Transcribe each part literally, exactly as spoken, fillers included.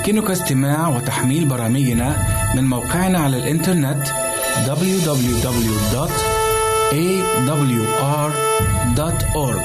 يمكنك استماع وتحميل برامجنا من موقعنا على الإنترنت دبليو دبليو دبليو دوت إيه دبليو آر دوت أورج.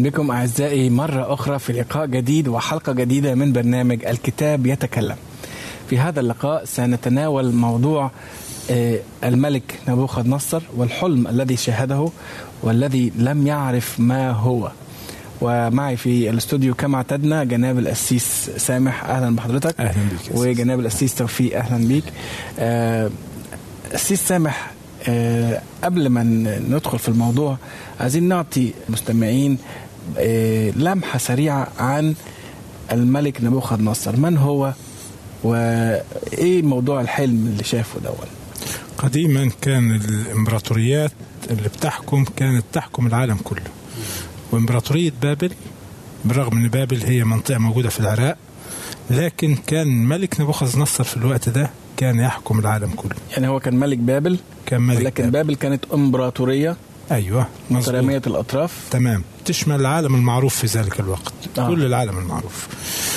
بكم أعزائي مرة أخرى في لقاء جديد وحلقة جديدة من برنامج الكتاب يتكلم. في هذا اللقاء سنتناول موضوع الملك نبوخذ نصر والحلم الذي شاهده والذي لم يعرف ما هو. ومعي في الاستوديو كما اعتدنا جناب القسيس سامح، أهلا بحضرتك. أهلا بك. وجناب القسيس توفيق، أهلا بيك. القسيس سامح، أه قبل ما ندخل في الموضوع عايزين نعطي مستمعين أه لمحة سريعة عن الملك نبوخذ نصر. من هو وإيه موضوع الحلم اللي شافه دول؟ قديما كان الإمبراطوريات اللي بتحكم كانت تحكم العالم كله، وإمبراطورية بابل بالرغم أن بابل هي منطقة موجودة في العراق، لكن كان ملك نبوخذ نصر في الوقت ده كان يحكم العالم كله. يعني هو كان ملك بابل، كان ملك لكن بابل, بابل كانت إمبراطورية. أيوة مترامية الأطراف. تمام، تشمل العالم المعروف في ذلك الوقت. آه. كل العالم المعروف.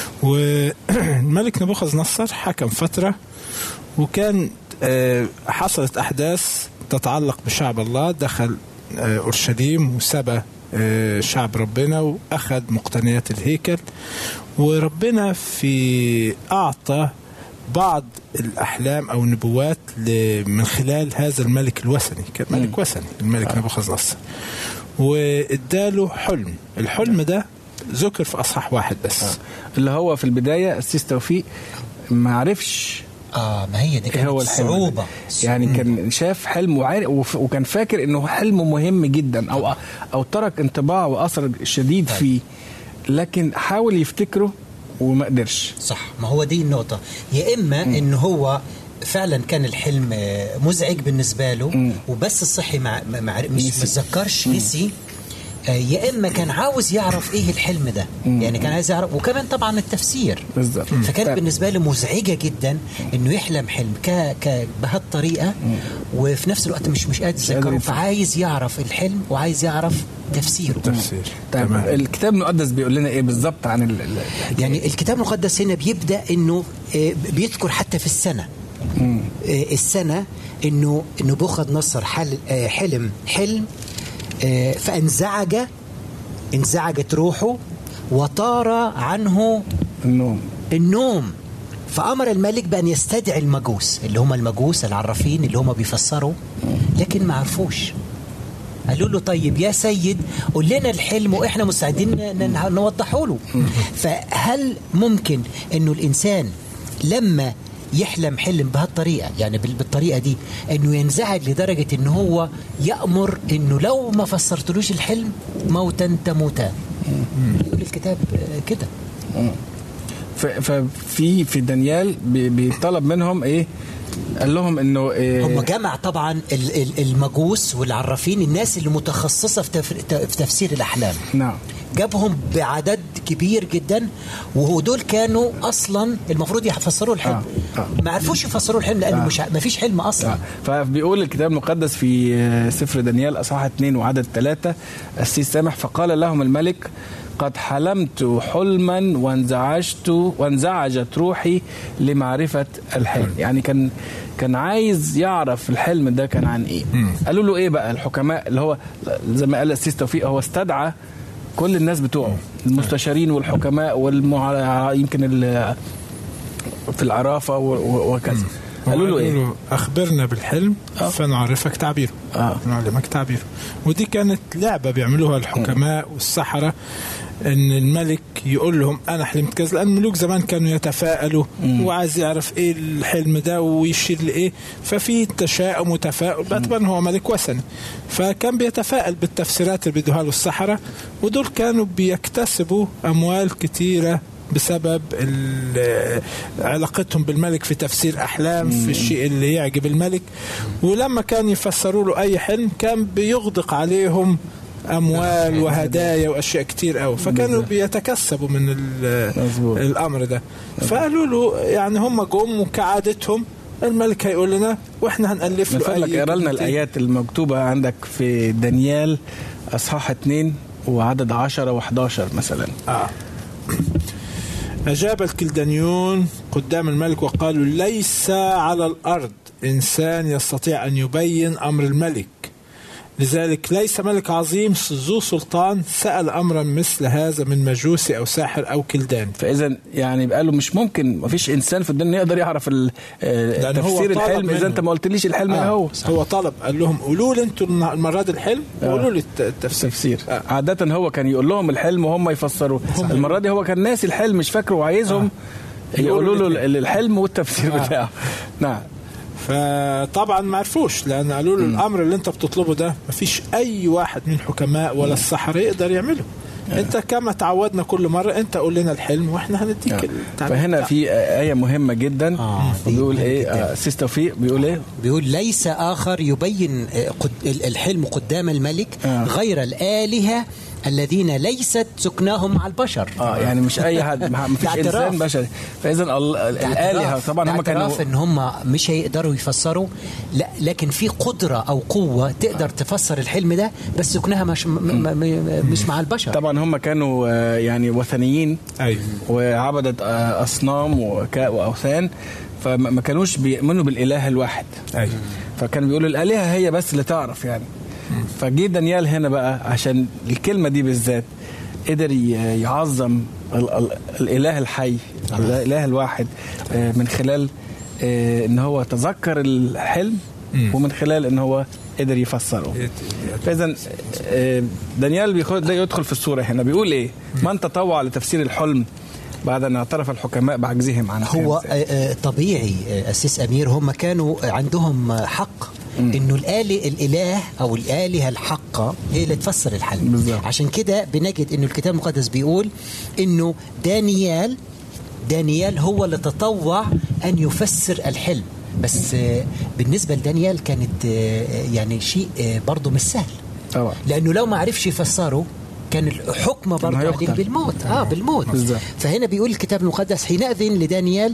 والملك نبوخذ نصر حكم فترة، وكان حصلت أحداث تتعلق بشعب الله. دخل أورشليم وسبى شعب ربنا وأخذ مقتنيات الهيكل، وربنا في أعطى بعض الأحلام أو النبوات من خلال هذا الملك الوثني. كان ملك وثني الملك نبوخذ نصر، واداله حلم. الحلم ده ذكر في أصحاح واحد بس، آه. اللي هو في البداية السيس توفيق ما عرفش اه ما هي دي كانت صعوبة. يعني كان شاف حلم وعارف وكان فاكر انه حلم مهم جدا او او ترك انطباع واثر شديد فيه، لكن حاول يفتكره وما قدرش. صح، ما هو دي النقطة. يا اما م. انه هو فعلا كان الحلم مزعج بالنسبة له م. وبس الصحي مع مع مش متذكرش نسي، يا إما كان عاوز يعرف إيه الحلم ده. مم. يعني كان عايز يعرف، وكمان طبعا التفسير بالضبط. فكانت بالنسبة له مزعجة جدا إنه يحلم حلم ك ك بهالطريقة، وفي نفس الوقت مش مش قادر يذكره، فعايز يعرف الحلم وعايز يعرف تفسيره. تفسير. طيب الكتاب المقدس بيقول لنا إيه بالضبط عن ال يعني الكتاب المقدس هنا بيبدأ إنه بيذكر حتى في السنة مم. السنة إنه نبوخذ نصر حل حلم حلم فانزعج انزعجت روحه وطار عنه النوم النوم فأمر الملك بأن يستدعي المجوس، اللي هم المجوس العرافين اللي هم بيفسروا، لكن ما عرفوش. قالوا له طيب يا سيد قول لنا الحلم وإحنا مستعدين نوضحه له. فهل ممكن أنه الإنسان لما يحلم حلم بهالطريقة، يعني بالطريقة دي، انه ينزعج لدرجة انه هو يأمر انه لو ما فسرتلوش الحلم موتا تموتا؟ يقول الكتاب كده. ففي في دانيال بيطلب منهم ايه؟ قال لهم انه إيه؟ هم جمع طبعا المجوس والعرافين، الناس اللي متخصصة في تفسير الأحلام. نعم. جابهم بعدد كبير جدا، وهو دول كانوا اصلا المفروض يفسروا الحلم. آه. آه. ما عرفوش يفسروا الحلم لانه آه. مش ما فيش حلم اصلا. آه. فبيقول الكتاب المقدس في سفر دانيال اصحاح اثنين وعدد ثلاثة، السيس سامح فقال لهم الملك قد حلمت حلما وانزعجت وانزعجت روحي لمعرفة الحلم. يعني كان كان عايز يعرف الحلم ده كان عن ايه. م. قالوا له ايه بقى الحكماء، اللي هو زي ما قال السيس توفيق هو استدعى كل الناس بتوعه، المستشارين والحكماء والمع... يمكن في العرافة وكذا. قالوا له ايه؟ اخبرنا بالحلم آه. فنعرفك تعبيره، آه. نعلمك تعبيره. ودي كانت لعبة بيعملوها الحكماء والسحرة، ان الملك يقول لهم انا حلمت كذا، لان الملوك زمان كانوا يتفائلوا مم. وعايز يعرف ايه الحلم ده ويشير لايه، ففي تشاؤم وتفاؤل. طبعا هو ملك وثني، فكان بيتفائل بالتفسيرات اللي بيدوها له السحرة، ودول كانوا بيكتسبوا اموال كتيرة بسبب علاقتهم بالملك في تفسير أحلام، مم. في الشيء اللي يعجب الملك. ولما كان يفسروا له أي حلم كان بيغدق عليهم أموال وهدايا وأشياء كتير قوي، فكانوا بيتكسبوا من الأمر ده. فقالوا له يعني هم جم وكعادتهم الملك هيقول لنا وإحنا هنألف له. نفعلك اقرأ لنا الآيات المكتوبة عندك في دانيال أصحاح اثنين وعدد عشرة وحداشر مثلا. آه. أجاب الكلدانيون قدام الملك وقالوا ليس على الأرض إنسان يستطيع أن يبين أمر الملك، لذلك ليس ملك عظيم ذو سلطان سأل أمرا مثل هذا من مجوسي أو ساحر أو كلداني. فإذا يعني بقى له مش ممكن، ما فيش إنسان في الدنيا يقدر يعرف تفسير الحلم إذا أنت ما قلتليش الحلم آه. هو هو طلب، قال لهم قولوا لي أنتوا المرة دي الحلم وقولوا لي التفسير. آه. عادة هو كان يقول لهم الحلم وهم يفسروا، المرة دي هو كان ناسي الحلم مش فاكره وعايزهم آه. يقولوا له الحلم والتفسير آه. بتاعه. نعم. فطبعا ما عرفوش، لأن قالوا له الأمر اللي أنت بتطلبه ده مفيش أي واحد من حكماء ولا السحرة يقدر يعمله. آه. أنت كما تعودنا كل مرة أنت قول لنا الحلم وإحنا هنديك آه. التعليم. فهنا في آية مهمة جدا آه. بيقول إيه سيس توفيق بيقول إيه؟ بيقول ليس آخر يبين الحلم قدام الملك آه. غير الآلهة الذين ليست سكناهم مع البشر. اه يعني مش اي حد، ما فيش انسان بشري. فاذا الالهه طبعا هم كانوا ان هم مش هيقدروا يفسروا، لا لكن في قدره او قوه تقدر تفسر الحلم ده، بس سكنها مش مش مع البشر. طبعا هم كانوا يعني وثنيين ايوه وعبدة اصنام واوثان، فما كانوش بيؤمنوا بالاله الواحد. ايوه فكانوا بيقولوا الالهه هي بس اللي تعرف يعني. فجي دانيال هنا بقى عشان الكلمة دي بالذات قدر يعظم ال ال الإله الحي الإله الواحد من خلال إن هو تذكر الحلم ومن خلال إن هو قدر يفسره. فإذا دانيال بيخد يدخل في الصورة هنا بيقول إيه؟ من تطوع لتفسير الحلم بعد أن اعترف الحكماء بعجزهم عنه. هو طبيعي أسيس أمير، هم كانوا عندهم حق إنه الآله الإله أو الآلهة الحقة هي اللي تفسر الحلم بالزبط. عشان كده بنجد إنه الكتاب المقدس بيقول إنه دانيال دانيال هو اللي تطوع أن يفسر الحلم، بس بالنسبة لدانيال كانت يعني شيء برضه مش سهل طبعا، لأنه لو ما عرفش يفسره كان الحكم برضه عليه بالموت. آه بالموت بالزبط. فهنا بيقول الكتاب المقدس حينئذ لدانيال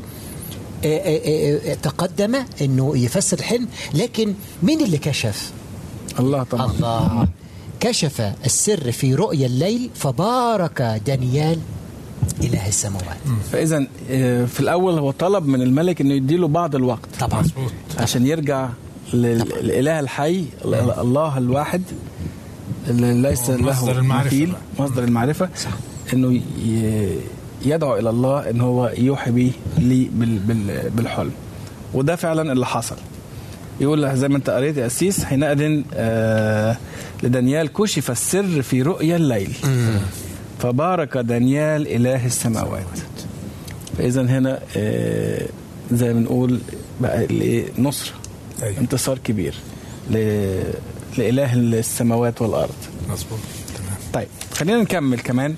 تقدم انه يفسر الحلم، لكن مين اللي كشف؟ الله طبعا. الله كشف السر في رؤيا الليل فبارك دانيال إله السماوات. فإذا في الأول هو طلب من الملك إنه يديله بعض الوقت طبعا عشان يرجع للإله الحي الله الواحد اللي ليس له مثيل، مصدر المعرفة، إنه يدعو إلى الله إن هو يوحي به لي بالحلم. وده فعلا اللي حصل. يقول زي ما انت قريت يا أسيس حينئذ آه لدانيال كشف السر في رؤيا الليل فبارك دانيال إله السماوات. فإذا هنا آه زي ما نقول بقى نصر أيوة. انتصار كبير لإله السماوات والأرض. مظبوط تمام. طيب خلينا نكمل كمان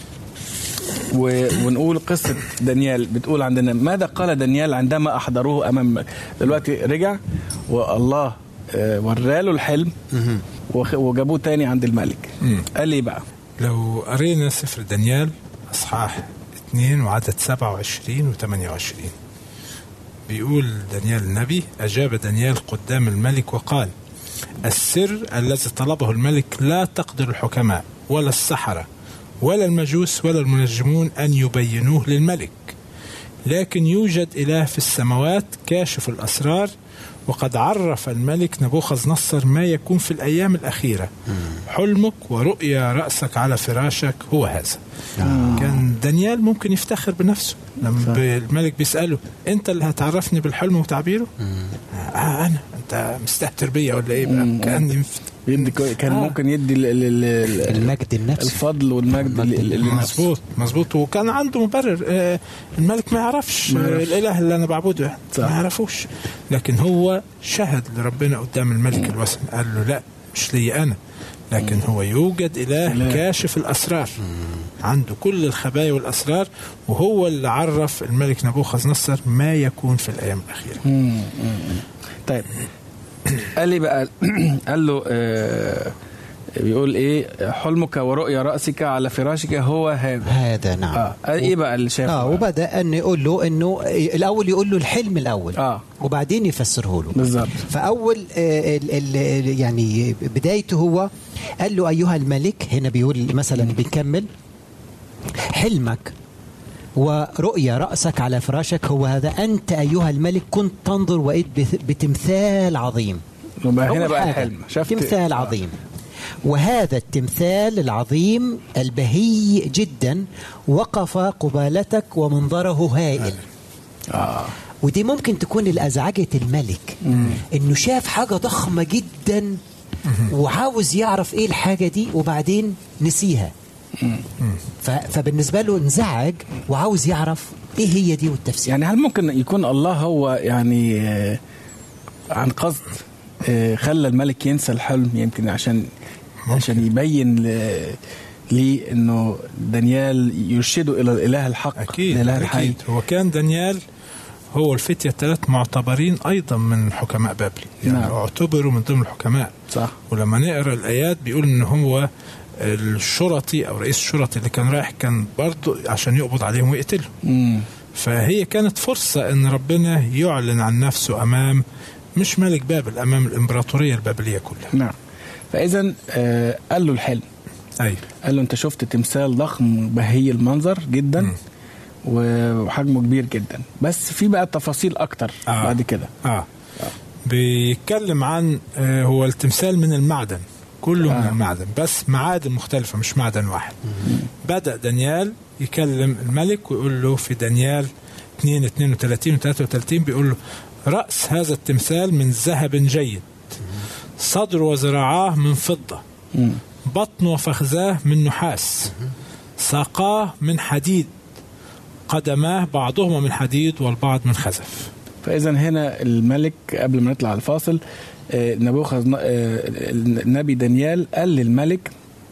ونقول قصة دانيال. بتقول عندنا ماذا قال دانيال عندما أحضروه أمام دلوقتي رجع والله وراله الحلم وجابوه تاني عند الملك. قال لي بقى لو قرينا سفر دانيال أصحاح اثنين وعدد سبعة وعشرين وثمانية وعشرين بيقول دانيال النبي أجاب دانيال قدام الملك وقال السر الذي طلبه الملك لا تقدر الحكماء ولا السحرة ولا المجوس ولا المنجمون أن يبينوه للملك، لكن يوجد إله في السماوات كاشف الأسرار، وقد عرف الملك نبوخذ نصر ما يكون في الأيام الأخيرة. حلمك ورؤيا رأسك على فراشك هو هذا. آه. كان دانيال ممكن يفتخر بنفسه لما الملك بيسأله أنت اللي هتعرفني بالحلم وتعبيره؟ آه أنا، أنت مستهتر بيا ولا إيه بقى؟ كأني كان آه. ممكن يدي المجد النفسي الفضل والمجد مظبوط مظبوط. وكان عنده مبرر. آه الملك ما يعرفش الإله اللي أنا بعبده، ما يعرفوش، لكن هو شهد لربنا قدام الملك الوثني قال له لا مش لي أنا، لكن هو يوجد إله لا. كاشف الأسرار عنده كل الخبايا والأسرار، وهو اللي عرف الملك نبوخذ نصر ما يكون في الأيام الأخيرة. طيب قال لي بقى قال له آه بيقول ايه حلمك ورؤيا رأسك على فراشك هو هذا هذا نعم. اه ايه بقى اللي شافه؟ اه وبدأ ان يقول له انه الاول يقول له الحلم الاول اه وبعدين يفسره له بالظبط. فاول آه ال ال يعني بدايته هو قال له ايها الملك، هنا بيقول مثلا بنكمل حلمك ورؤيا رأسك على فراشك هو هذا، أنت أيها الملك كنت تنظر وإذ بتمثال عظيم. هنا بقى الحلم شفت تمثال عظيم وهذا التمثال العظيم البهي جدا وقف قبالتك ومنظره هائل. آه. ودي ممكن تكون الأزعجة الملك، مم. إنه شاف حاجة ضخمة جدا وعاوز يعرف إيه الحاجة دي وبعدين نسيها. فبالنسبة له انزعج وعاوز يعرف إيه هي دي والتفسير. يعني هل ممكن يكون الله هو يعني عن قصد خلى الملك ينسى الحلم، يمكن عشان ممكن. عشان يبين لي انه دانيال يرشده الى الاله الحق. اكيد, الإله الحي. أكيد. هو كان دانيال هو الفتية الثلاث معتبرين ايضا من حكماء بابل، يعني نعم. اعتبروا من ضمن الحكماء. صح. ولما نقرا الايات بيقول ان هو الشرطي او رئيس الشرطي اللي كان رايح كان برضه عشان يقبض عليهم ويقتلهم. مم. فهي كانت فرصة ان ربنا يعلن عن نفسه امام مش ملك بابل، امام الامبراطورية البابلية كلها. نعم. فاذا آه قال له الحلم. أي. قال له انت شفت تمثال ضخم بهي المنظر جدا م. وحجمه كبير جدا، بس في بقى تفاصيل اكتر آه. بعد كده آه. آه. بيتكلم عن آه هو التمثال من المعدن كله آه. من المعدن، بس معادن مختلفة مش معدن واحد. م. بدأ دانيال يكلم الملك ويقول له في دانيال اثنين اثنين وثلاثين وثلاثة وثلاثين بيقول له رأس هذا التمثال من ذهب جيد، صدر وذراعاه من فضة، م. بطن وفخذاه من نحاس، ساقاه من حديد، قدماه بعضهما من حديد والبعض من خزف. فإذا هنا الملك قبل ما نطلع الفاصل نبوخذ النبي دانيال قال للملك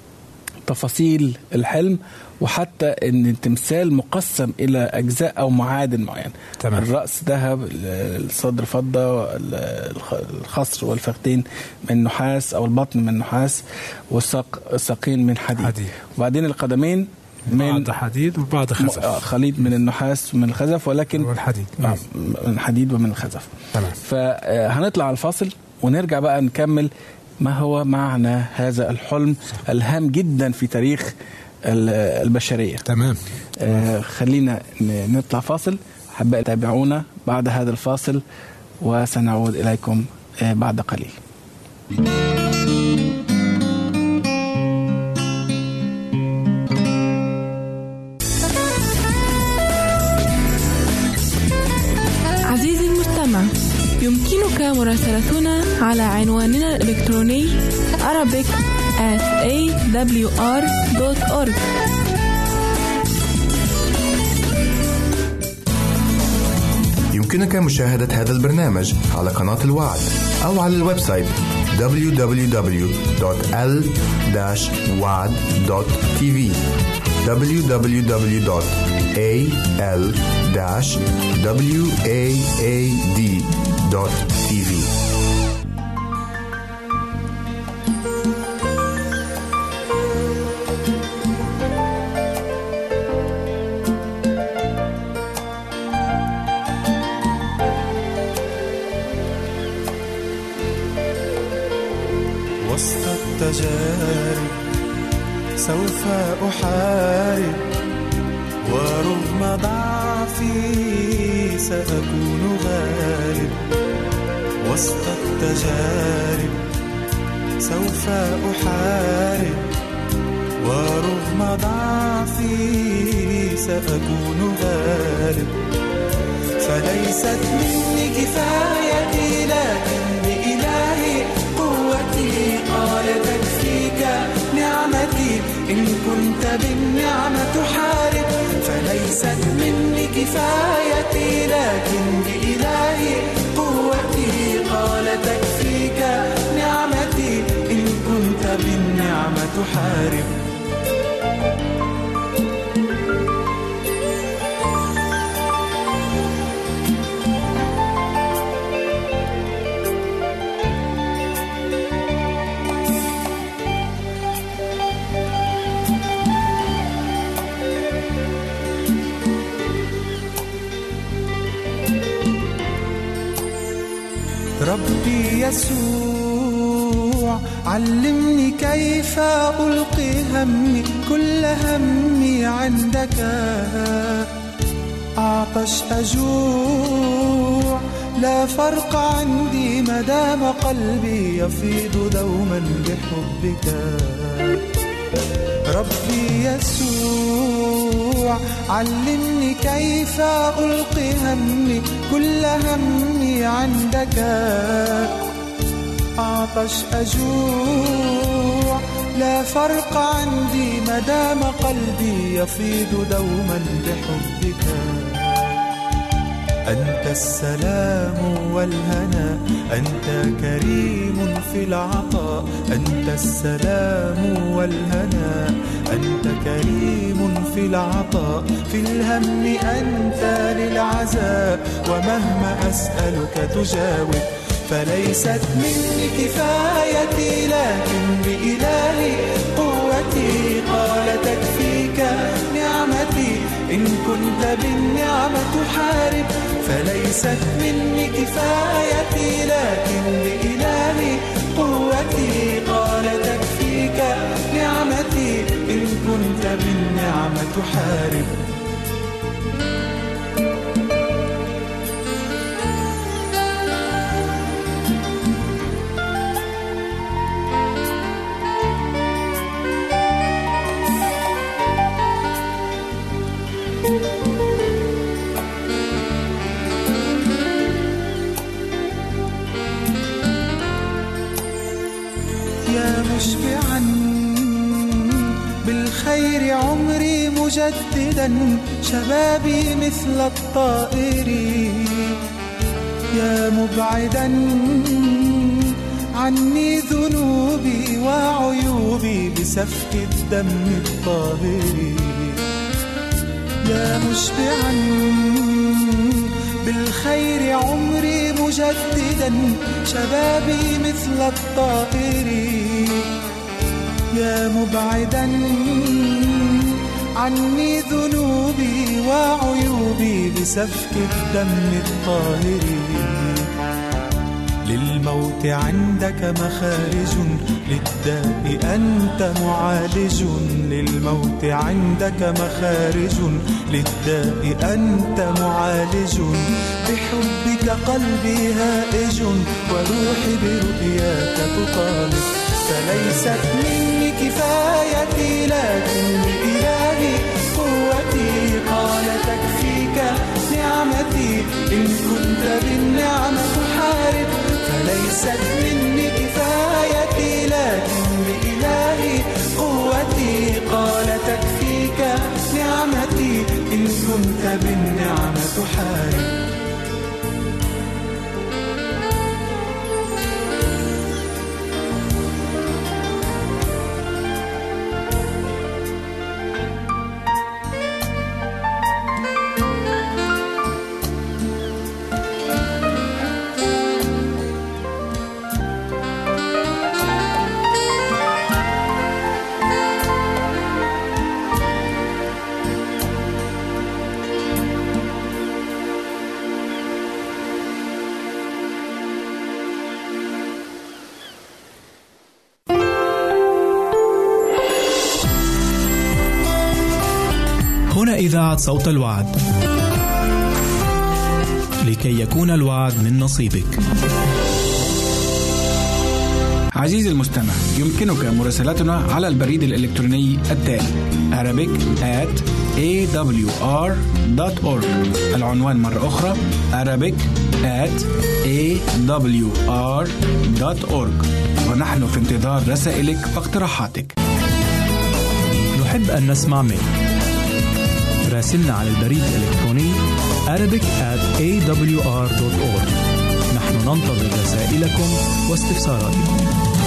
تفاصيل الحلم، وحتى ان التمثال مقسم الى اجزاء او معادن معينه. تمام. الراس ذهب، الصدر فضه، الخصر والفخذين من نحاس او البطن من نحاس، والساق الساقين من حديد, حديد. وبعدين القدمين من بعض حديد وبعض خزف، خليط من النحاس ومن الخزف، ولكن والحديد من الحديد ومن الخزف. تمام. فهنطلع على الفاصل ونرجع بقى نكمل ما هو معنى هذا الحلم الهام جدا في تاريخ البشرية. تمام. آه خلينا نطلع فاصل، حابة تابعونا بعد هذا الفاصل وسنعود إليكم آه بعد قليل. عزيزي المستمع، يمكنك مراسلتنا على عنواننا الإلكتروني arabic at a w r dot org. يمكنك مشاهدة هذا البرنامج على قناة الوعد أو على الويب سايت دبليو دبليو دبليو دوت ال داش وعد دوت تي في دبليو دبليو دبليو دوت a l dash wad دوت تي في. وسط التجارب سوف أحارب، ورغم ضعفي سأكون غالب. وسط التجارب سوف أحارب، ورغم ضعفي سأكون غالب. فليست مني كفايتي لكن بإلهي قوتي، قال تكفيك نعمتي إن كنت بالنعمة تحارب. فليست مني كفايتي لكن بإلهي قوتي، قال تكفيك نعمتي إن كنت بالنعمة تحارب. ربي يسوع علمني كيف ألقي همي، كل همي عندك. أعطش أجوع لا لا فرق عندي مدام قلبي يفيض دوما بحبك. ربي يسوع علمني كيف ألقي همي كل همي عندك. أعطش أجوع لا فرق عندي مدام قلبي يفيض دوما بحبك. أنت السلام والهنا، أنت كريم في العطاء. أنت السلام والهنا، أنت كريم في العطاء. في الهم أنت للعزاء، ومهما أسألك تجاوب. فليست مني كفايتي لكن بإلهي قوتي. قال تكفيك نعمتي إن كنت بالنعمة تحارب. فليست مني كفايتي لكن بإلهي قوتي. قال تكفيك نعمتي إن كنت بالنعمة تحارب. مشبعا بالخير عمري مجددا، شبابي مثل الطائر. يا مبعدا عني ذنوبي وعيوبي بسفك الدم الطاهر. يا مشبعا بالخير عمري مجددا، شبابي مثل الطائر. يا مبعدا عني ذنوبي وعيوبي بسفك الدم الطاهر. للموت عندك مخارج، للداء أنت معالج. للموت عندك مخارج، للداء أنت معالج. بحبك قلبي هائج، وروحي برؤياك تطالب. فليست مني كفايتي لكن بإلهي قوتي. قال تكفيك نعمتي إن كنت بالنعمة تحارب. فليست مني كفايتي لكن بإلهي قوتي. قال تكفيك نعمتي إن كنت بالنعمة تحارب. هنا إذاعة صوت الوعد، لكي يكون الوعد من نصيبك. عزيزي المستمع، يمكنك مراسلتنا على البريد الإلكتروني التالي arabic at a w r dot org. العنوان مرة أخرى arabic at a w r dot org. ونحن في انتظار رسائلك واقتراحاتك. نحب أن نسمع منك. راسلنا على البريد الإلكتروني arabic at a w r dot org. نحن ننتظر رسائلكم واستفساراتكم.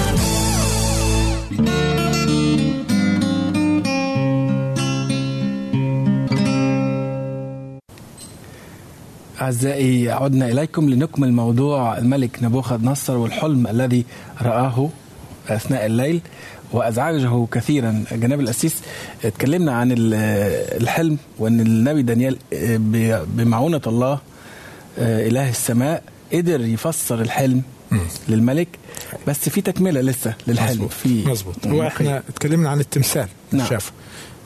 أعزائي، عدنا إليكم لنكمل موضوع الملك نبوخذ نصر والحلم الذي رآه أثناء الليل وأزعجه كثيرا. جناب الأسيس، اتكلمنا عن الحلم وأن النبي دانيال بمعونة الله إله السماء قدر يفسر الحلم م. للملك، بس في تكملة لسه للحلم. مزبوط. في مزبوط. وإحنا اتكلمنا عن التمثال. نعم. شاف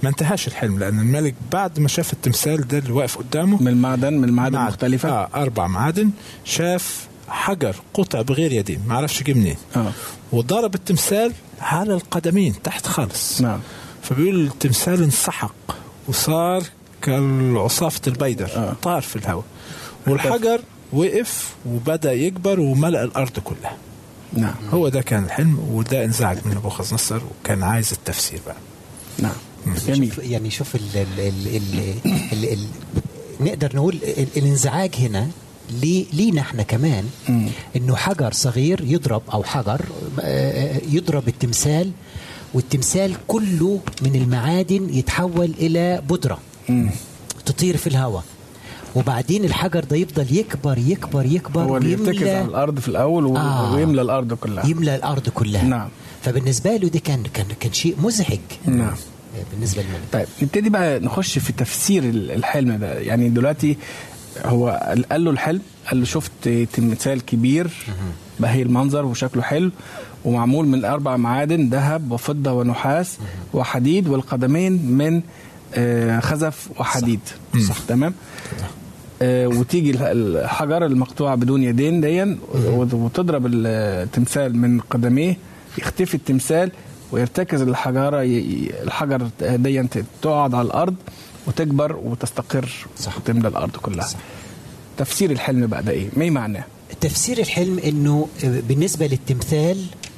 ما انتهاش الحلم، لأن الملك بعد ما شاف التمثال ده اللي واقف قدامه من المعدن من المعادن معدن. المختلفة آه أربع معادن، شاف حجر قطع بغير يدين ما عرفش جه منين، آه. وضرب التمثال على القدمين تحت خالص. نعم. فبيقول التمثال انسحق وصار كالعصافة البيدر، آه. طار في الهواء، والحجر وقف وبدأ يكبر وملأ الأرض كلها. نعم. هو ده كان الحلم، وده انزعج من نبوخذ نصر وكان عايز التفسير بقى. نعم. جميل. شوف يعني شوف ال ال ال ال ال ال نقدر نقول ال الانزعاج هنا ليه لينا احنا كمان، مم. انه حجر صغير يضرب او حجر يضرب التمثال، والتمثال كله من المعادن يتحول الى بودرة مم. تطير في الهواء، وبعدين الحجر ده يفضل يكبر يكبر يكبر هو اللي يرتكز على الأرض في الأول و... آه. ويملى الأرض كلها. يملى الأرض كلها. نعم. فبالنسبة له ده كان كان كان شيء مزعج. نعم. بالنسبة للملك. طيب نبتدي بقى نخش في تفسير الحلم ده. يعني دلوقتي هو قال له الحلم، قال له شفت تمثال كبير بهي المنظر وشكله حلو ومعمول من أربع معادن، ذهب وفضة ونحاس وحديد، والقدمين من خزف وحديد. صح. صح. تمام. آه وتيجي الحجر المقطوع بدون يدين ديا وتضرب التمثال من قدميه، يختفي التمثال ويرتكز الحجارة، الحجر ديا تقعد على الأرض وتكبر وتستقر. صح. وتملى الأرض كلها. صح. تفسير الحلم بقى ده إيه؟ ما معناه؟ تفسير الحلم إنه بالنسبة للتمثال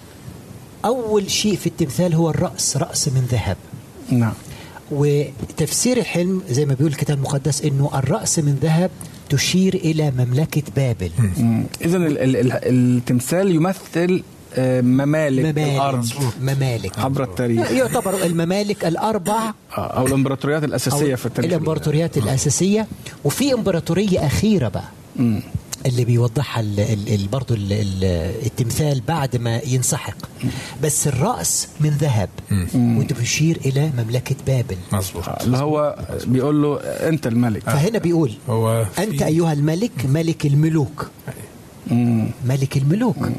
أول شيء في التمثال هو الرأس، رأس من ذهب. نعم. وتفسير الحلم زي ما بيقول الكتاب المقدس إنه الرأس من ذهب تشير إلى مملكة بابل. إذن التمثال يمثل ممالك, ممالك الأرض، ممالك عبر التاريخ، يعتبر الممالك الأربع أو الإمبراطوريات الأساسية في التاريخ، الإمبراطوريات الأساسية. وفي إمبراطورية أخيرة بقى م. اللي بيوضحها برضو التمثال بعد ما ينسحق، بس الرأس من ذهب وتشير إلى مملكة بابل. مظبوط. اللي هو بيقول له أنت الملك. فهنا بيقول هو أنت أيها الملك ملك الملوك. مم. ملك الملوك. مم.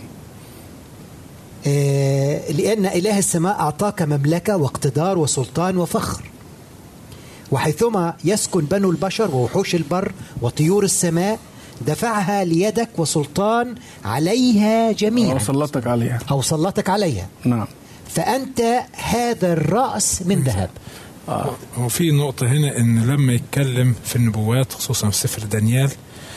آه لأن إله السماء أعطاك مملكة واقتدار وسلطان وفخر، وحيثما يسكن بنو البشر ووحوش البر وطيور السماء دفعها ليدك وسلطان عليها جميعا، أو سلطك عليها أو سلطك عليها. نعم. فأنت هذا الرأس من ذهب. آه. وفي نقطة هنا إن لما يتكلم في النبوات خصوصا في سفر دانيال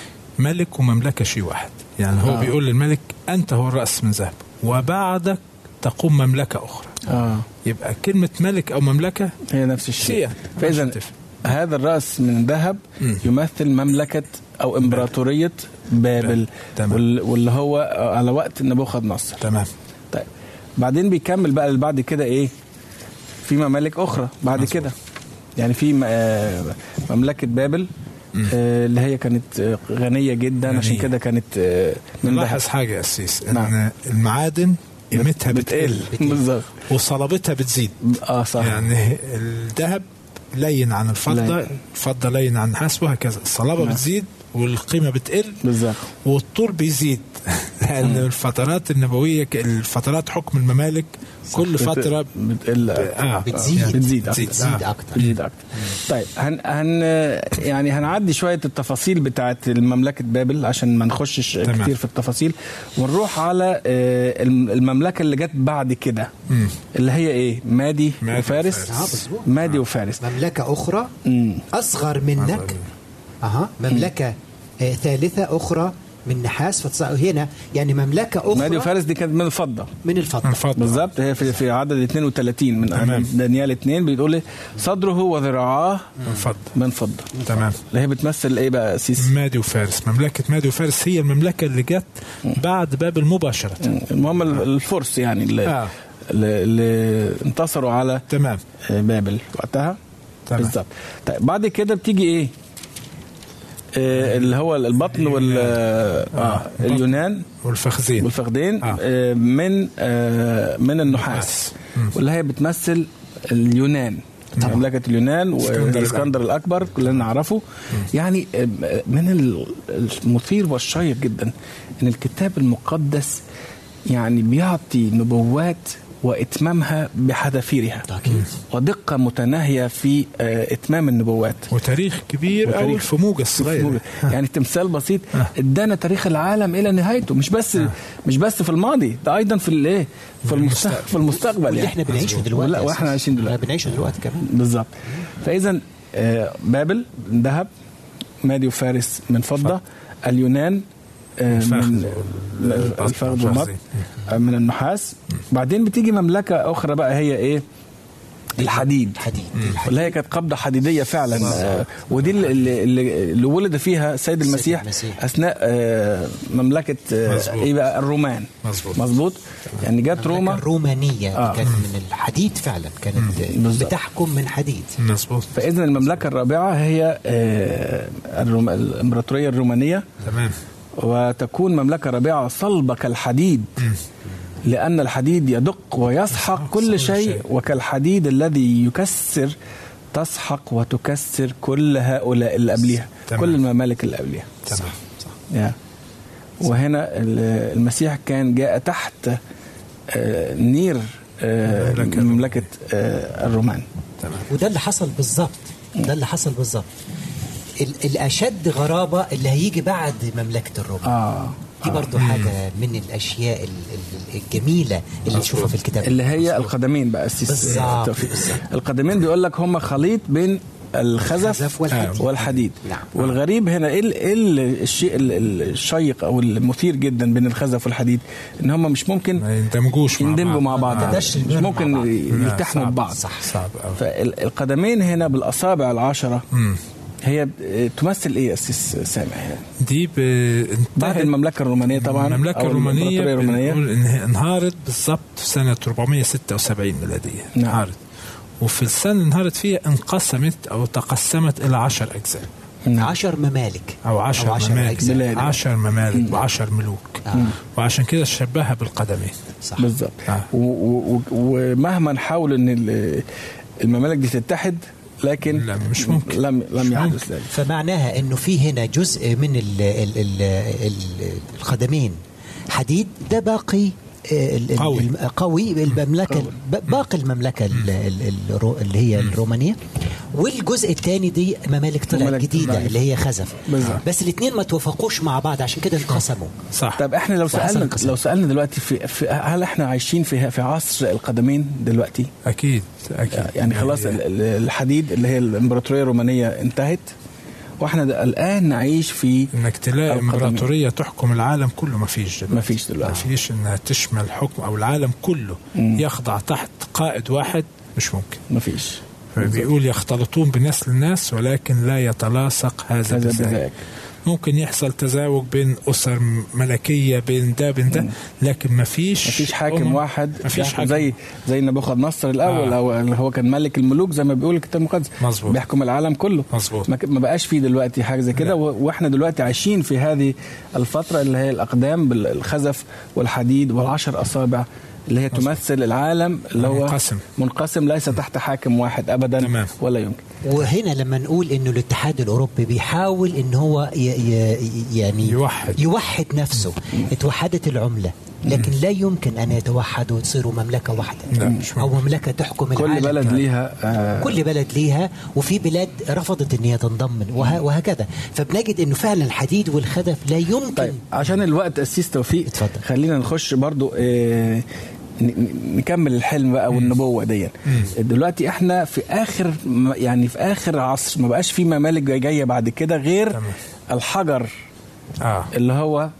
ملك ومملكة شيء واحد، يعني هو آه. بيقول للملك أنت هو الرأس من ذهب وبعدك تقوم مملكة أخرى. آه. يبقى كلمة ملك أو مملكة هي نفس الشيء. فإذا هذا الرأس من ذهب يمثل مملكة أو إمبراطورية بابل، واللي هو على وقت نبوخذ نصر. تمام. طيب بعدين بيكمل بقى اللي بعد كده إيه؟ في ممالك أخرى بعد مصر. كده يعني في مملكة بابل آه اللي هي كانت غنية جدا، غنية. عشان كده كانت آه من لاحظ حاجة يا أسيس إن نعم. المعادن قيمتها بتقل بالظبط وصلابتها بتزيد. اه صح. يعني الذهب لين عن الفضة، الفضة لين عن النحاس، وهكذا الصلابة نعم. بتزيد والقيمة بتقل بالظبط، والطول بيزيد. لأن الفترات النبوية، الفترات حكم الممالك كل فترة بتقل آه. بتزيد بتزيد بتزيد, بتزيد أكتر. بتزيد أكتر. طيب هن هن يعني هنعدي شوية التفاصيل بتاعت المملكة بابل عشان ما نخشش تمام. كتير في التفاصيل، ونروح على المملكة اللي جت بعد كده اللي هي إيه؟ مادي, مادي وفارس. وفارس. آه مادي آه. وفارس. مملكة أخرى مم. أصغر منك. أها مملكة آه ثالثة أخرى من نحاس. فهنا يعني مملكة أخرى. مادي وفارس دي كانت من الفضة. من الفضة, الفضة. بالضبط. هي في في عدد اثنين وثلاثين من تمام. دانيال اثنين بيقول صدره وذراعاه من فضة. من فضة. تمام. اللي هي بتمثل ايه بقى سيس؟ مادي وفارس. مملكة مادي وفارس هي المملكة اللي جت بعد بابل مباشرة. المهم الفرس يعني اللي, آه. اللي انتصروا على تمام. بابل وقتها. بالضبط. طيب بعد كده بتيجي ايه؟ اللي هو البطن وال آه اليونان والفخذين والفخذين آه. من آه من النحاس، واللي هي بتمثل اليونان، مملكة اليونان والاسكندر الأكبر كلنا نعرفه. يعني من المثير والشيق جدا إن الكتاب المقدس يعني بيعطي نبوات وإتمامها بحذافيرها أكيد. ودقة متناهية في إتمام النبوات وتاريخ كبير أو في موجة الصغيرة. يعني تمثال بسيط ادانا تاريخ العالم إلى نهايته، مش بس آه. مش بس في الماضي، ده أيضا في الإيه في المستقبل في المستقبل اللي يعني. احنا بنعيشه دلوقتي لا واحنا عايشين دلوقتي بنعيشه دلوقتي كمان بالظبط. فإذا بابل من ذهب، مادي وفارس من فضة، اليونان من الفخذ والمط من النحاس. بعدين بتيجي مملكة أخرى بقى هي إيه؟ الحديد. الحديد اللي هي كانت قبضة حديدية فعلا. آه ودي اللي, اللي ولد فيها السيد المسيح, المسيح أثناء آه مملكة آه إيه بقى الرومان. مظبوط مظبوط. يعني جت روما الرومانية آه. كانت من الحديد فعلا، كانت مم. بتحكم من حديد. مظبوط. فإذن المملكة الرابعة هي آه الروم... الإمبراطورية الرومانية. تمام. وتكون مملكة رابعة صلبة كالحديد، مم. لأن الحديد يدق ويسحق كل شيء، وكالحديد الذي يكسر تسحق وتكسر كل هؤلاء اللي قبلها، كل الممالك اللي قبلها. تمام. صح. وهنا المسيح كان جاء تحت نير مملكة الرومان. تمام. وده اللي حصل بالضبط، ده اللي حصل بالضبط. الأشد غرابة اللي هيجي بعد مملكة الرومان. آه. دي برضو حاجة من الأشياء الجميلة اللي نشوفها في الكتاب، اللي هي القدمين بقى. بالظبط. القدمين بيقول لك هم خليط بين الخزف والحديد, والحديد. نعم. والغريب هنا ايه الشيء الشيق او المثير جدا بين الخزف والحديد، ان هم مش ممكن يندمجوش يندمجوا مع بعض، آه. مش ممكن يلتحموا ببعض. صح. صعب. فالقدمين هنا بالاصابع العشرة م. هي تمثل ايه يا أسيس سامع؟ دي ب... بعد المملكة الرومانية طبعا. المملكة الرومانية بنقول إنها انهارت بالضبط في سنة أربعمائة وستة وسبعين ميلادية. نعم. انهارت، وفي السنة انهارت فيها انقسمت أو تقسمت إلى عشر أجزاء. نعم. عشر ممالك أو عشر, أو عشر ممالك عشر ممالك وعشر ملوك. آه. وعشان كده شبهها بالقدمين. صح. بالضبط. آه. ومهما حاولوا إن الممالك دي تتحد، لكن لا مش ممكن. لم لم يحدث ذلك. فمعناها انه في هنا جزء من ال ال ال ال الخدمين حديد، ده باقي قوي قوي المملكه، باقي المملكه اللي هي الرومانيه، والجزء الثاني دي ممالك طلعت جديده اللي هي خزف. بالزبط. بس الاثنين ما توافقوش مع بعض، عشان كده انقسموا. صح. طب احنا لو سالنا لو سالنا دلوقتي في, في هل احنا عايشين في في عصر القدمين دلوقتي؟ اكيد اكيد. يعني خلاص يعني الحديد اللي هي الامبراطوريه الرومانيه انتهت، واحنا الان نعيش في انك تلاقي امبراطوريه تحكم العالم كله. ما فيش ما فيش دلوقتي. ما فيش انها تشمل حكم او العالم كله مم. يخضع تحت قائد واحد، مش ممكن. ما فيش. فبيقول يختلطون بنسل الناس ولكن لا يتلاصق هذا بذاك. ممكن يحصل تزاوج بين أسر ملكية بين ده بين ده، لكن ما فيش ما فيش حاكم واحد. ما فيش حاكم زي زي نبوخذ نصر الأول، أو آه. هو كان ملك الملوك زي ما بيقول الكتاب المقدس، بيحكم العالم كله. مظبوط. ما بقاش فيه دلوقتي حاجة زي كده، واحنا دلوقتي عايشين في هذه الفترة اللي هي الأقدام بالخزف والحديد والعشر أصابع، اللي هي تمثل العالم اللي هو منقسم منقسم ليس تحت حاكم واحد أبدا. تمام. ولا يمكن. وهنا لما نقول إنه الاتحاد الأوروبي بيحاول إن هو ي ي يعني يوحد يوحد نفسه، اتوحدت العملة، لكن لا يمكن أن يتوحدوا وتصيروا مملكة واحدة أو مملكة تحكم العالم. كل بلد ليها آه كل بلد ليها، وفي بلاد رفضت أن هي تنضم وه وهكذا. فبنجد أنه فعلا الحديد والخزف لا يمكن. طيب عشان الوقت أسيس توفيق، اتفضل. خلينا نخش برضو آه نكمل الحلم بقى والنبوة دي. دلوقتي احنا في اخر يعني في اخر عصر، ما بقاش في ممالك جاية بعد كده غير تمام. الحجر آه. اللي هو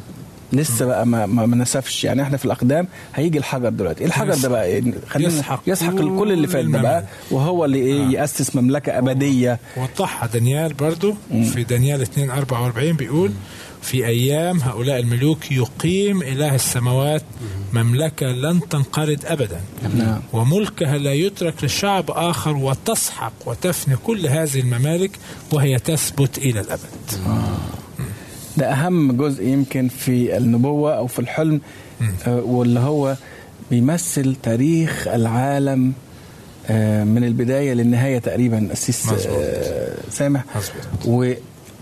لسه بقى ما, ما نسفش. يعني احنا في الاقدام هيجي الحجر دلوقتي. الحجر ده بقى خلينا يسحق, يسحق كل اللي فات ده بقى، وهو اللي ايه آه. يأسس مملكة أبدية. وضحها دانيال برضو مم. في دانيال اثنين أربعة وأربعين بيقول مم. في أيام هؤلاء الملوك يقيم إله السماوات مملكة لن تنقرض أبدا، نعم. وملكها لا يترك لشعب آخر، وتسحق وتفني كل هذه الممالك وهي تثبت إلى الأبد. آه. ده أهم جزء يمكن في النبوة أو في الحلم، آه واللي هو بيمثل تاريخ العالم آه من البداية للنهاية تقريبا. أسيس آه سامح. و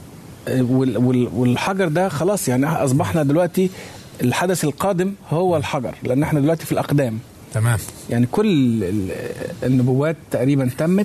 والحجر ده خلاص، يعني أصبحنا دلوقتي الحدث القادم هو الحجر، لأن احنا دلوقتي في الأقدام. تمام. يعني كل النبوات تقريبا تمت.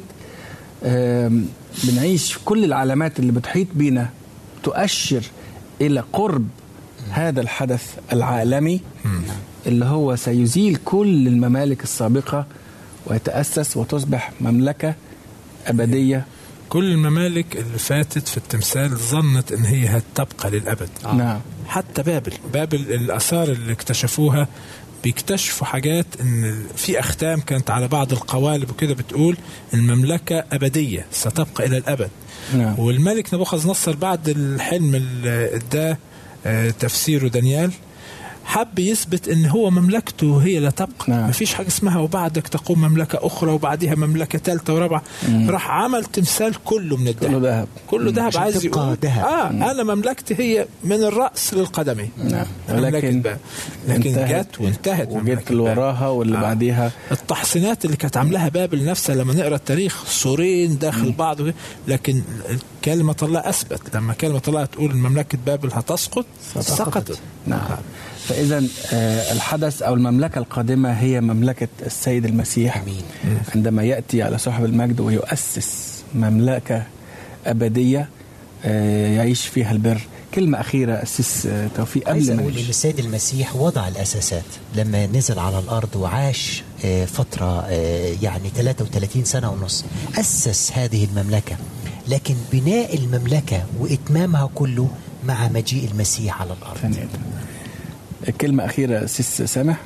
بنعيش كل العلامات اللي بتحيط بينا تؤشر إلى قرب هذا الحدث العالمي اللي هو سيزيل كل الممالك السابقة ويتأسس وتصبح مملكة أبدية. كل الممالك اللي فاتت في التمثال ظنت ان هي هتبقى للأبد. آه. نعم. حتى بابل بابل الآثار اللي اكتشفوها بيكتشفوا حاجات ان في اختام كانت على بعض القوالب وكده بتقول المملكة أبدية ستبقى إلى الأبد. نعم. والملك نبوخذ نصر بعد الحلم اللي اداه تفسيره دانيال حب يثبت ان هو مملكته هي لا تبقى. نعم. مفيش حاجه اسمها وبعدك تقوم مملكه اخرى وبعدها مملكه ثالثه ورابعه. راح عمل تمثال كله من الذهب، كله ذهب كله ذهب عايز يقول دهب. اه مم. انا مملكتي هي من الراس للقدمين. نعم. لكن لكن جت وانتهت وجت اللي وراها واللي آه. بعديها التحصينات اللي كانت عاملاها بابل نفسها. لما نقرا التاريخ سورين داخل بعض، لكن كلمه الله اثبت لما كلمه الله تقول مملكه بابل هتسقط سقطت. نعم. فإذا الحدث أو المملكة القادمة هي مملكة السيد المسيح. أمين. عندما يأتي على صاحب المجد ويؤسس مملكة أبدية يعيش فيها البر. كلمة أخيرة أسيس توفيق قبل ما نقول إن السيد المسيح وضع الأساسات لما نزل على الأرض وعاش فترة يعني ثلاثة وثلاثين سنة ونص، أسس هذه المملكة، لكن بناء المملكة وإتمامها كله مع مجيء المسيح على الأرض. فنيت. كلمة أخيرة سيس سامح.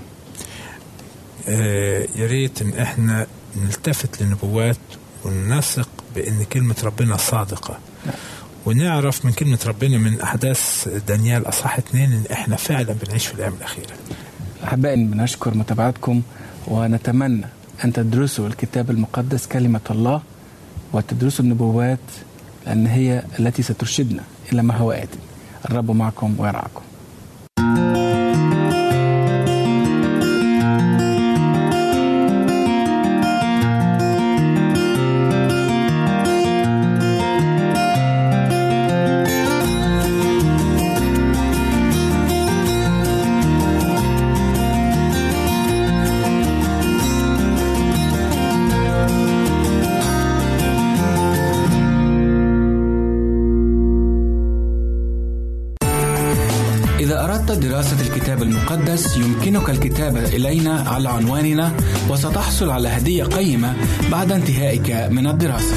آه يا ريت إن إحنا نلتفت للنبوات ونثق بأن كلمة ربنا صادقة. نعم. ونعرف من كلمة ربنا من أحداث دانيال أصحاح اثنين إن إحنا فعلا بنعيش في الأيام الأخيرة. أحبائي بنشكر متابعتكم ونتمنى أن تدرسوا الكتاب المقدس كلمة الله وتدرسوا النبوات لأن هي التي سترشدنا إلى ما هو آتي. الرب معكم ويرعاكم. دراسة الكتاب المقدس يمكنك الكتابة إلينا على عنواننا وستحصل على هدية قيمة بعد انتهائك من الدراسة.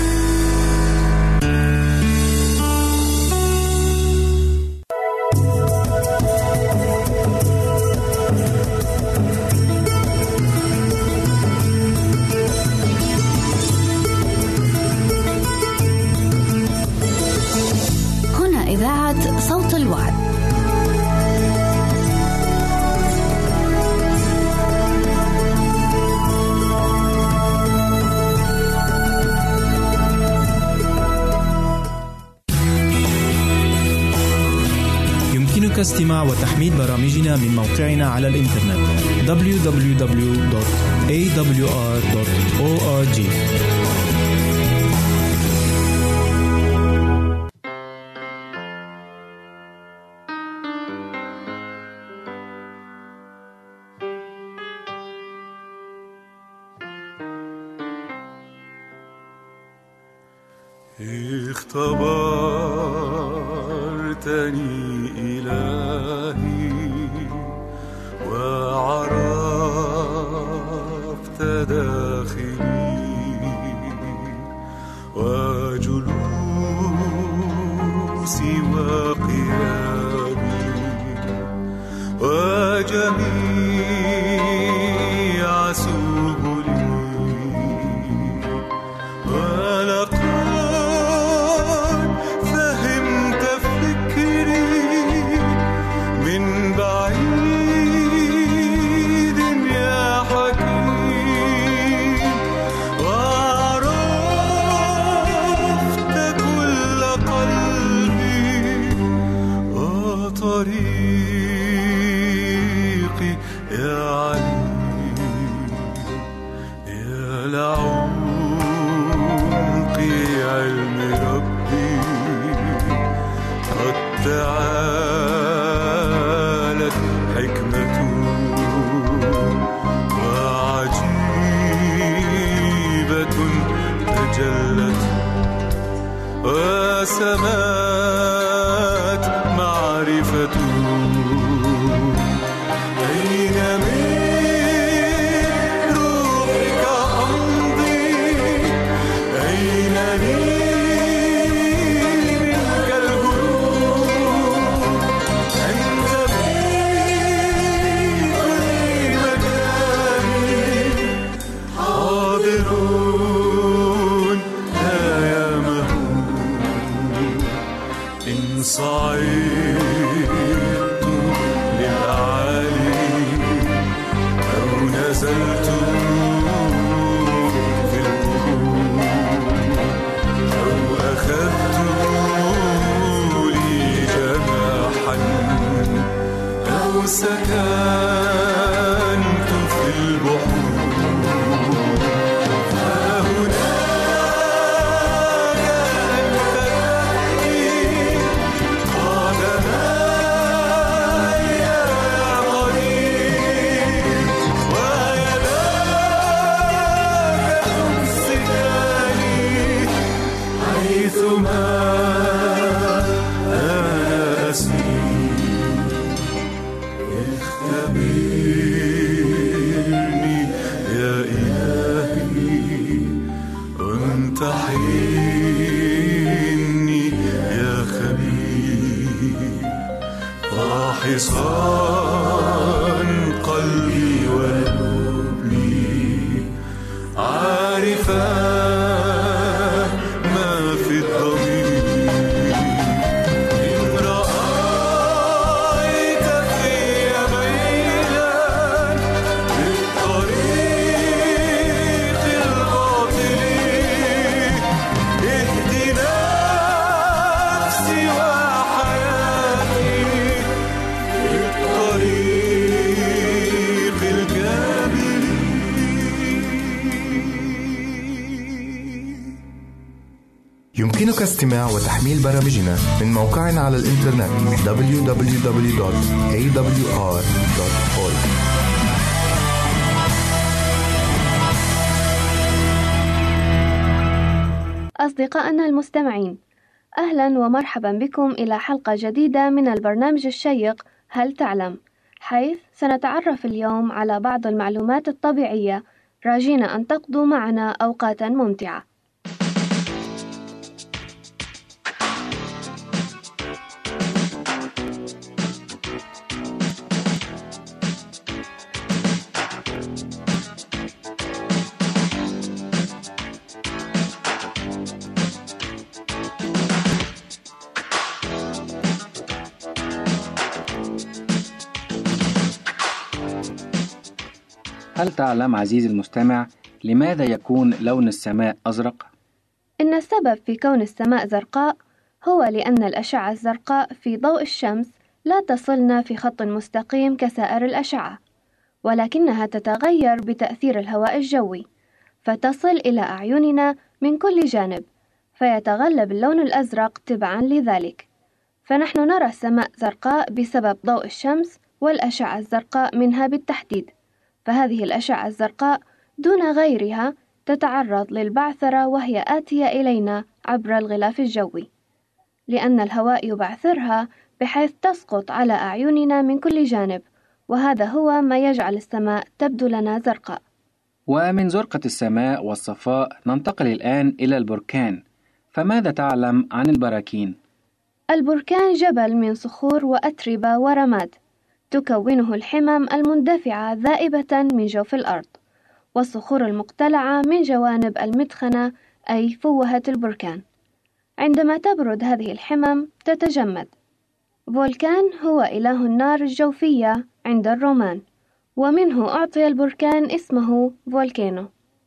هنا إذاعة صوت الوعد. يمكنك استماع وتحميل برامجنا من موقعنا على الإنترنت دبليو دبليو دبليو دوت إيه دبليو آر دوت أو آر جي. اختبرتني إلهي وعرفت داخلي وجلوسي وقيامي وجميع سبلي ولقد فهمت فكري من بعيد يا حكيم وعرفت كل قلبي وطريقي يا عليم يا لعمقي علم ربي قد تعالت حكمته وعلمت أين من روحك أمضي أين لي منك الهروب أنت في كل مكان حاضرون لا يا مهون إن صعدت للأعالي أو نزلت في القبور أو أخذت لي جناحا أو سكنت في البحور فهناك أنت تأتي قادنا يا قريب ويداك تمسكاني حيثما أنا أسير اختبرني يا إلهي وامتحني يا خبير فاحصا قلبي ولبني عارفا ما في الضمير إن رأيت في ميلا للطريق الباطل اهدي نفسي وحياتي للطريق الكامل. يمكنك استماع وتحميل برامجنا من موقعنا على الإنترنت دبليو دبليو دبليو دوت إيه دبليو آر دوت أورج. أصدقائنا المستمعين، أهلا ومرحبا بكم إلى حلقة جديدة من البرنامج الشيق هل تعلم، حيث سنتعرف اليوم على بعض المعلومات الطبيعية، راجين أن تقضوا معنا أوقاتا ممتعة. هل تعلم عزيزي المستمع لماذا يكون لون السماء أزرق؟ إن السبب في كون السماء زرقاء هو لأن الأشعة الزرقاء في ضوء الشمس لا تصلنا في خط مستقيم كسائر الأشعة، ولكنها تتغير بتأثير الهواء الجوي، فتصل إلى أعيننا من كل جانب، فيتغلب اللون الأزرق تبعاً لذلك. فنحن نرى السماء زرقاء بسبب ضوء الشمس والأشعة الزرقاء منها بالتحديد. فهذه الأشعة الزرقاء دون غيرها تتعرض للبعثرة وهي آتية إلينا عبر الغلاف الجوي، لأن الهواء يبعثرها بحيث تسقط على أعيننا من كل جانب، وهذا هو ما يجعل السماء تبدو لنا زرقاء. ومن زرقة السماء والصفاء ننتقل الآن إلى البركان. فماذا تعلم عن البراكين؟ البركان جبل من صخور وأتربة ورماد تكونه الحمم المندفعة ذائبة من جوف الأرض، والصخور المقتلعة من جوانب المدخنة أي فوهة البركان. عندما تبرد هذه الحمم تتجمد. فولكان هو إله النار الجوفية عند الرومان، ومنه أعطي البركان اسمه فولكانو.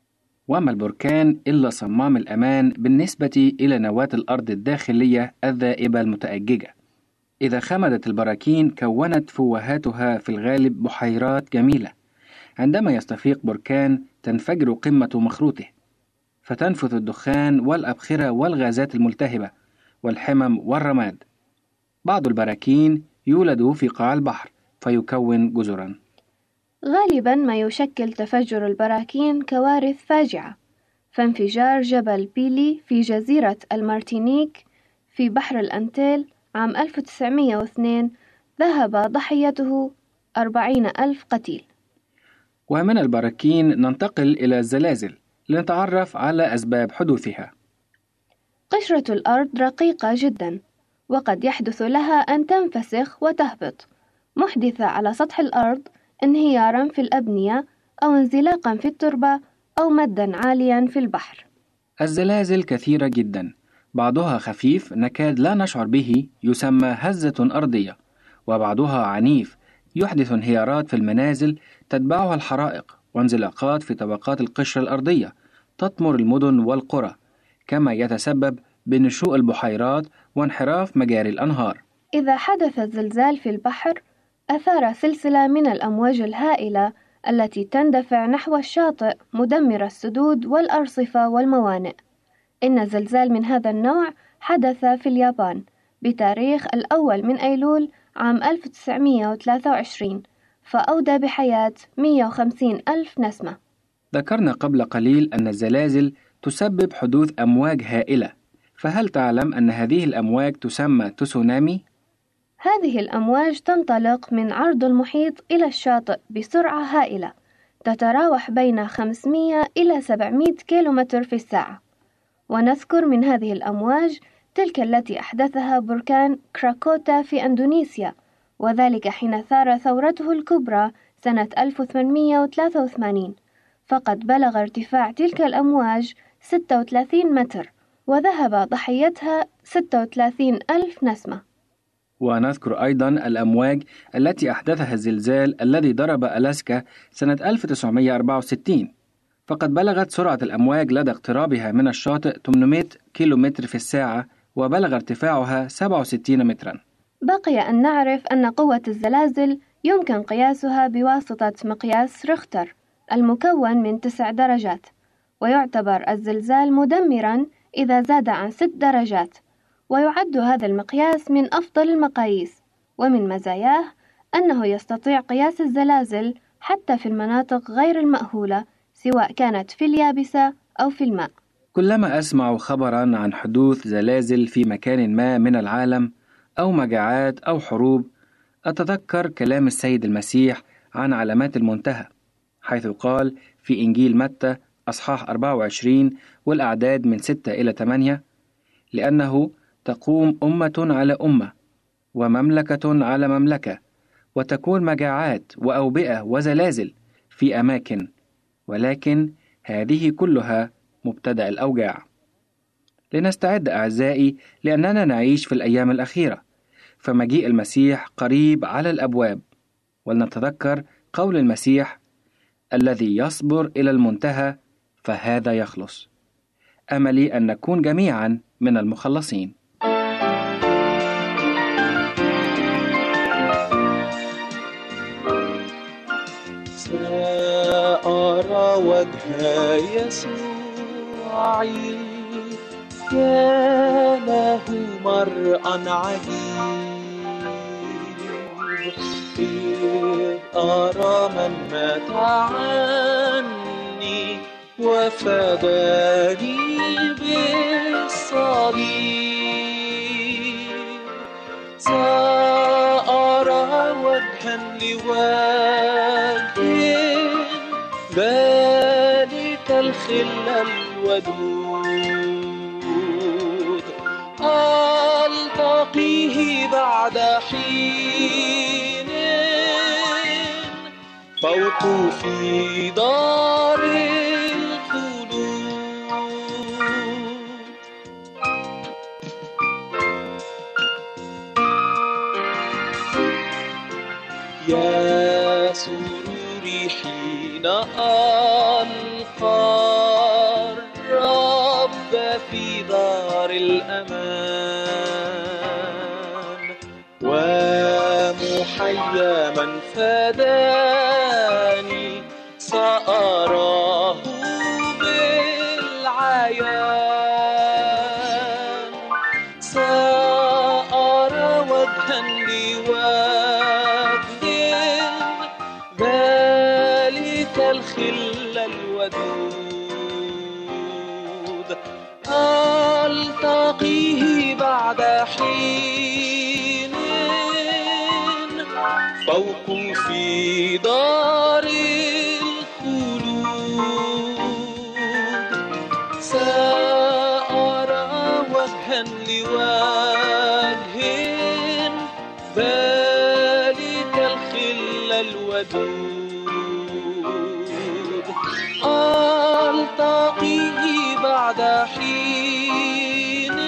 وما البركان إلا صمام الأمان بالنسبة إلى نواة الأرض الداخلية الذائبة المتأججة. إذا خمدت البراكين كونت فوهاتها في الغالب بحيرات جميلة. عندما يستفيق بركان تنفجر قمة مخروطه، فتنفث الدخان والأبخرة والغازات الملتهبة والحمم والرماد. بعض البراكين يولد في قاع البحر فيكون جزرا. غالبا ما يشكل تفجر البراكين كوارث فاجعة، فانفجار جبل بيلي في جزيرة المارتينيك في بحر الأنتيل عام ألف وتسعمائة واثنين ذهب ضحيته أربعين ألف قتيل. ومن البراكين ننتقل إلى الزلازل لنتعرف على أسباب حدوثها. قشرة الأرض رقيقة جدا، وقد يحدث لها أن تنفسخ وتهبط، محدثة على سطح الأرض انهيارا في الأبنية أو انزلاقا في التربة أو مدا عاليا في البحر. الزلازل كثيرة جدا، بعضها خفيف نكاد لا نشعر به يسمى هزة أرضية، وبعضها عنيف يحدث انهيارات في المنازل تتبعها الحرائق وانزلاقات في طبقات القشرة الأرضية تطمر المدن والقرى، كما يتسبب بنشوء البحيرات وانحراف مجاري الأنهار. إذا حدث الزلزال في البحر أثار سلسلة من الأمواج الهائلة التي تندفع نحو الشاطئ مدمرة السدود والأرصفة والموانئ. إن زلزال من هذا النوع حدث في اليابان بتاريخ الأول من أيلول عام ألف وتسعمائة وثلاثة وعشرين، فأودى بحياة مئة وخمسين ألف نسمة. ذكرنا قبل قليل أن الزلازل تسبب حدوث أمواج هائلة، فهل تعلم أن هذه الأمواج تسمى تسونامي؟ هذه الأمواج تنطلق من عرض المحيط إلى الشاطئ بسرعة هائلة تتراوح بين خمسمائة إلى سبعمائة كيلومتر في الساعة. ونذكر من هذه الأمواج تلك التي أحدثها بركان كراكوتا في أندونيسيا، وذلك حين ثار ثورته الكبرى سنة ألف وثمانمائة وثلاثة وثمانين، فقد بلغ ارتفاع تلك الأمواج ستة وثلاثين متر، وذهب ضحيتها ستة وثلاثين ألف نسمة. ونذكر أيضا الأمواج التي أحدثها الزلزال الذي ضرب ألاسكا سنة ألف وتسعمائة وأربعة وستين، فقد بلغت سرعة الأمواج لدى اقترابها من الشاطئ ثمانمائة كيلومتر في الساعة، وبلغ ارتفاعها سبعة وستين مترا. بقي أن نعرف أن قوة الزلازل يمكن قياسها بواسطة مقياس ريختر المكون من تسع درجات، ويعتبر الزلزال مدمرا إذا زاد عن ست درجات، ويعد هذا المقياس من أفضل المقاييس. ومن مزاياه أنه يستطيع قياس الزلازل حتى في المناطق غير المأهولة، سواء كانت في اليابسة أو في الماء. كلما أسمع خبرا عن حدوث زلازل في مكان ما من العالم أو مجاعات أو حروب، أتذكر كلام السيد المسيح عن علامات المنتهى، حيث قال في إنجيل متى أصحاح أربعة وعشرين والأعداد من ستة إلى ثمانية: لأنه تقوم أمة على أمة ومملكة على مملكة، وتكون مجاعات وأوبئة وزلازل في أماكن، ولكن هذه كلها مبتدأ الأوجاع. لنستعد أعزائي، لأننا نعيش في الأيام الأخيرة، فمجيء المسيح قريب على الأبواب، ولنتذكر قول المسيح: الذي يصبر إلى المنتهى فهذا يخلص. أملي أن نكون جميعا من المخلصين. سأرى وجه يسوع، يا له مرء عجيب، إذ أرى من مات عني وفداني بالصليب. سأرى وجها لوجه ذلك الخل الودود، ألتقيه بعد حين فوق في دار الخلود. يا سروري حين ألقى الرب في دار الأمان، ومحيا من فداني سأراه بالعيان. سأرى وجها لوجه ذلك الخل الودود، ألتقيه بعد حين فوق في دار الخلود سأرى وجها لوجه ذلك الخل الودود ألتقيه بعد حين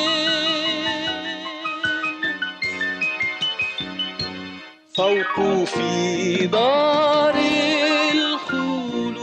فوق في دار الخلود.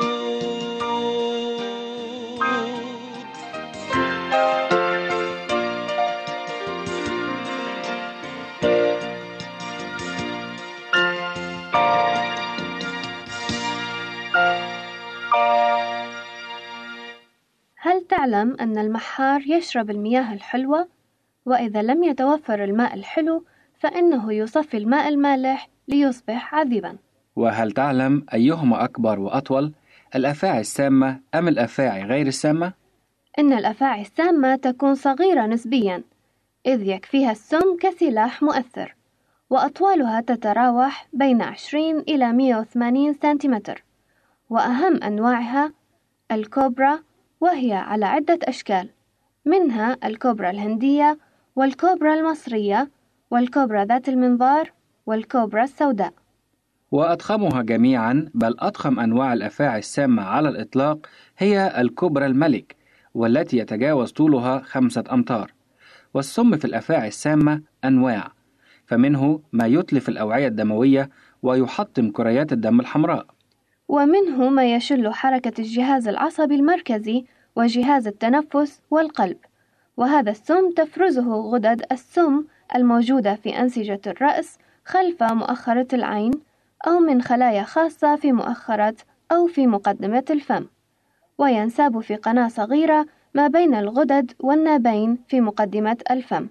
هل تعلم أن المحار يشرب المياه الحلوة؟ وإذا لم يتوفر الماء الحلو فإنه يصفي الماء المالح ليصبح عذبا. وهل تعلم أيهما أكبر وأطول، الأفاعي السامة أم الأفاعي غير السامة؟ إن الأفاعي السامة تكون صغيرة نسبيا إذ يكفيها السم كسلاح مؤثر، وأطوالها تتراوح بين عشرين إلى مئة وثمانين سنتيمتر. وأهم أنواعها الكوبرا، وهي على عدة أشكال، منها الكوبرا الهندية والكوبرا المصرية والكوبرا ذات المنظار والكوبرا السوداء. وأضخمها جميعا، بل أضخم أنواع الأفاعي السامة على الإطلاق هي الكوبرا الملك، والتي يتجاوز طولها خمسة أمتار. والسم في الأفاعي السامة أنواع، فمنه ما يتلف الأوعية الدموية ويحطم كريات الدم الحمراء، ومنه ما يشل حركة الجهاز العصبي المركزي وجهاز التنفس والقلب. وهذا السم تفرزه غدد السم الموجودة في أنسجة الرأس خلف مؤخرة العين، أو من خلايا خاصة في مؤخرة أو في مقدمة الفم، وينساب في قناة صغيرة ما بين الغدد والنابين في مقدمة الفم.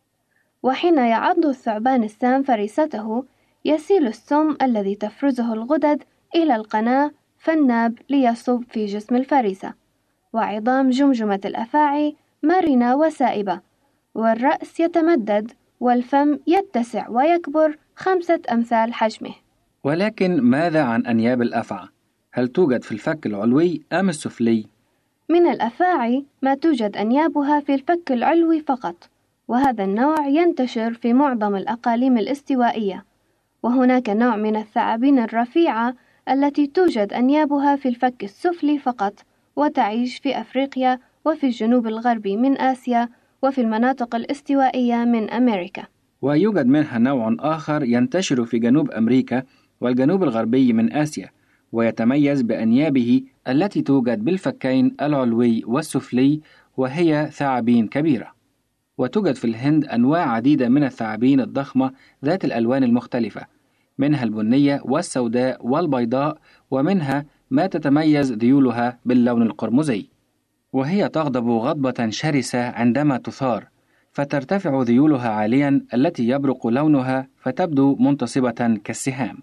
وحين يعض الثعبان السام فريسته يسيل السم الذي تفرزه الغدد إلى القناة فالناب ليصب في جسم الفريسة. وعظام جمجمة الأفاعي مرنة وسائبة، والرأس يتمدد والفم يتسع ويكبر خمسة أمثال حجمه. ولكن ماذا عن أنياب الأفعى؟ هل توجد في الفك العلوي أم السفلي؟ من الأفاعي ما توجد أنيابها في الفك العلوي فقط، وهذا النوع ينتشر في معظم الأقاليم الاستوائية. وهناك نوع من الثعابين الرفيعة التي توجد أنيابها في الفك السفلي فقط، وتعيش في أفريقيا وفي الجنوب الغربي من آسيا وفي المناطق الاستوائية من أمريكا. ويوجد منها نوع آخر ينتشر في جنوب أمريكا والجنوب الغربي من آسيا، ويتميز بأنيابه التي توجد بالفكين العلوي والسفلي، وهي ثعابين كبيرة. وتوجد في الهند أنواع عديدة من الثعابين الضخمة ذات الألوان المختلفة، منها البنية والسوداء والبيضاء، ومنها ما تتميز ذيولها باللون القرمزي، وهي تغضب غضبة شرسة عندما تثار، فترتفع ذيولها عاليا التي يبرق لونها فتبدو منتصبة كالسهام.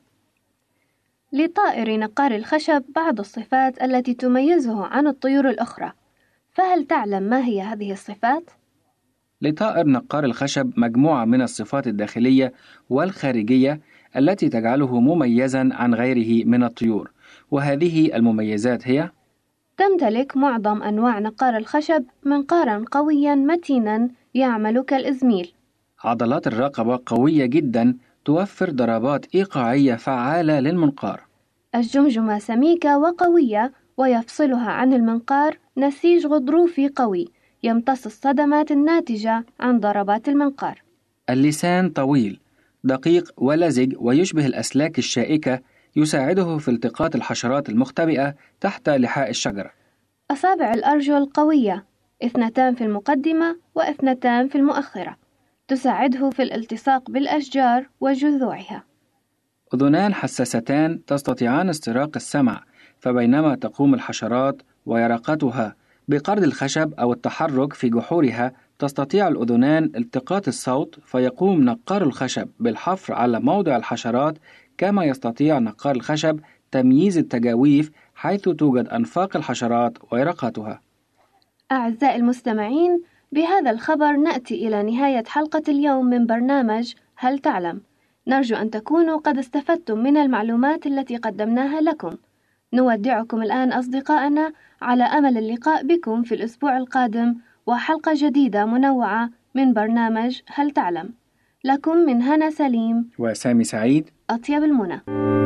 لطائر نقار الخشب بعض الصفات التي تميزه عن الطيور الأخرى، فهل تعلم ما هي هذه الصفات؟ لطائر نقار الخشب مجموعة من الصفات الداخلية والخارجية التي تجعله مميزا عن غيره من الطيور، وهذه المميزات هي: تمتلك معظم أنواع نقار الخشب منقارا قويا متينا يعمل كالإزميل. عضلات الرقبة قوية جدا توفر ضربات إيقاعية فعالة للمنقار. الجمجمة سميكة وقوية ويفصلها عن المنقار نسيج غضروفي قوي يمتص الصدمات الناتجة عن ضربات المنقار. اللسان طويل دقيق ولزج ويشبه الأسلاك الشائكة، يساعده في التقاط الحشرات المختبئة تحت لحاء الشجرة. أصابع الأرجل قوية، اثنتان في المقدمة واثنتان في المؤخرة، تساعده في الالتصاق بالأشجار وجذوعها. أذنان حساستان تستطيعان استراق السمع، فبينما تقوم الحشرات ويرقتها بقرض الخشب أو التحرك في جحورها، تستطيع الأذنان التقاط الصوت، فيقوم نقار الخشب بالحفر على موضع الحشرات، كما يستطيع نقار الخشب تمييز التجاويف حيث توجد أنفاق الحشرات ويرقاتها. أعزائي المستمعين، بهذا الخبر نأتي إلى نهاية حلقة اليوم من برنامج هل تعلم؟ نرجو أن تكونوا قد استفدتم من المعلومات التي قدمناها لكم. نودعكم الآن أصدقائنا على أمل اللقاء بكم في الأسبوع القادم وحلقة جديدة منوعة من برنامج هل تعلم. لكم من هنا سليم وسامي سعيد أطيب المنى.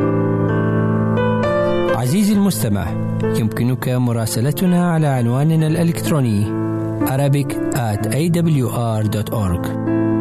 عزيزي المستمع، يمكنك مراسلتنا على عنواننا الإلكتروني arabic at a w r dot org.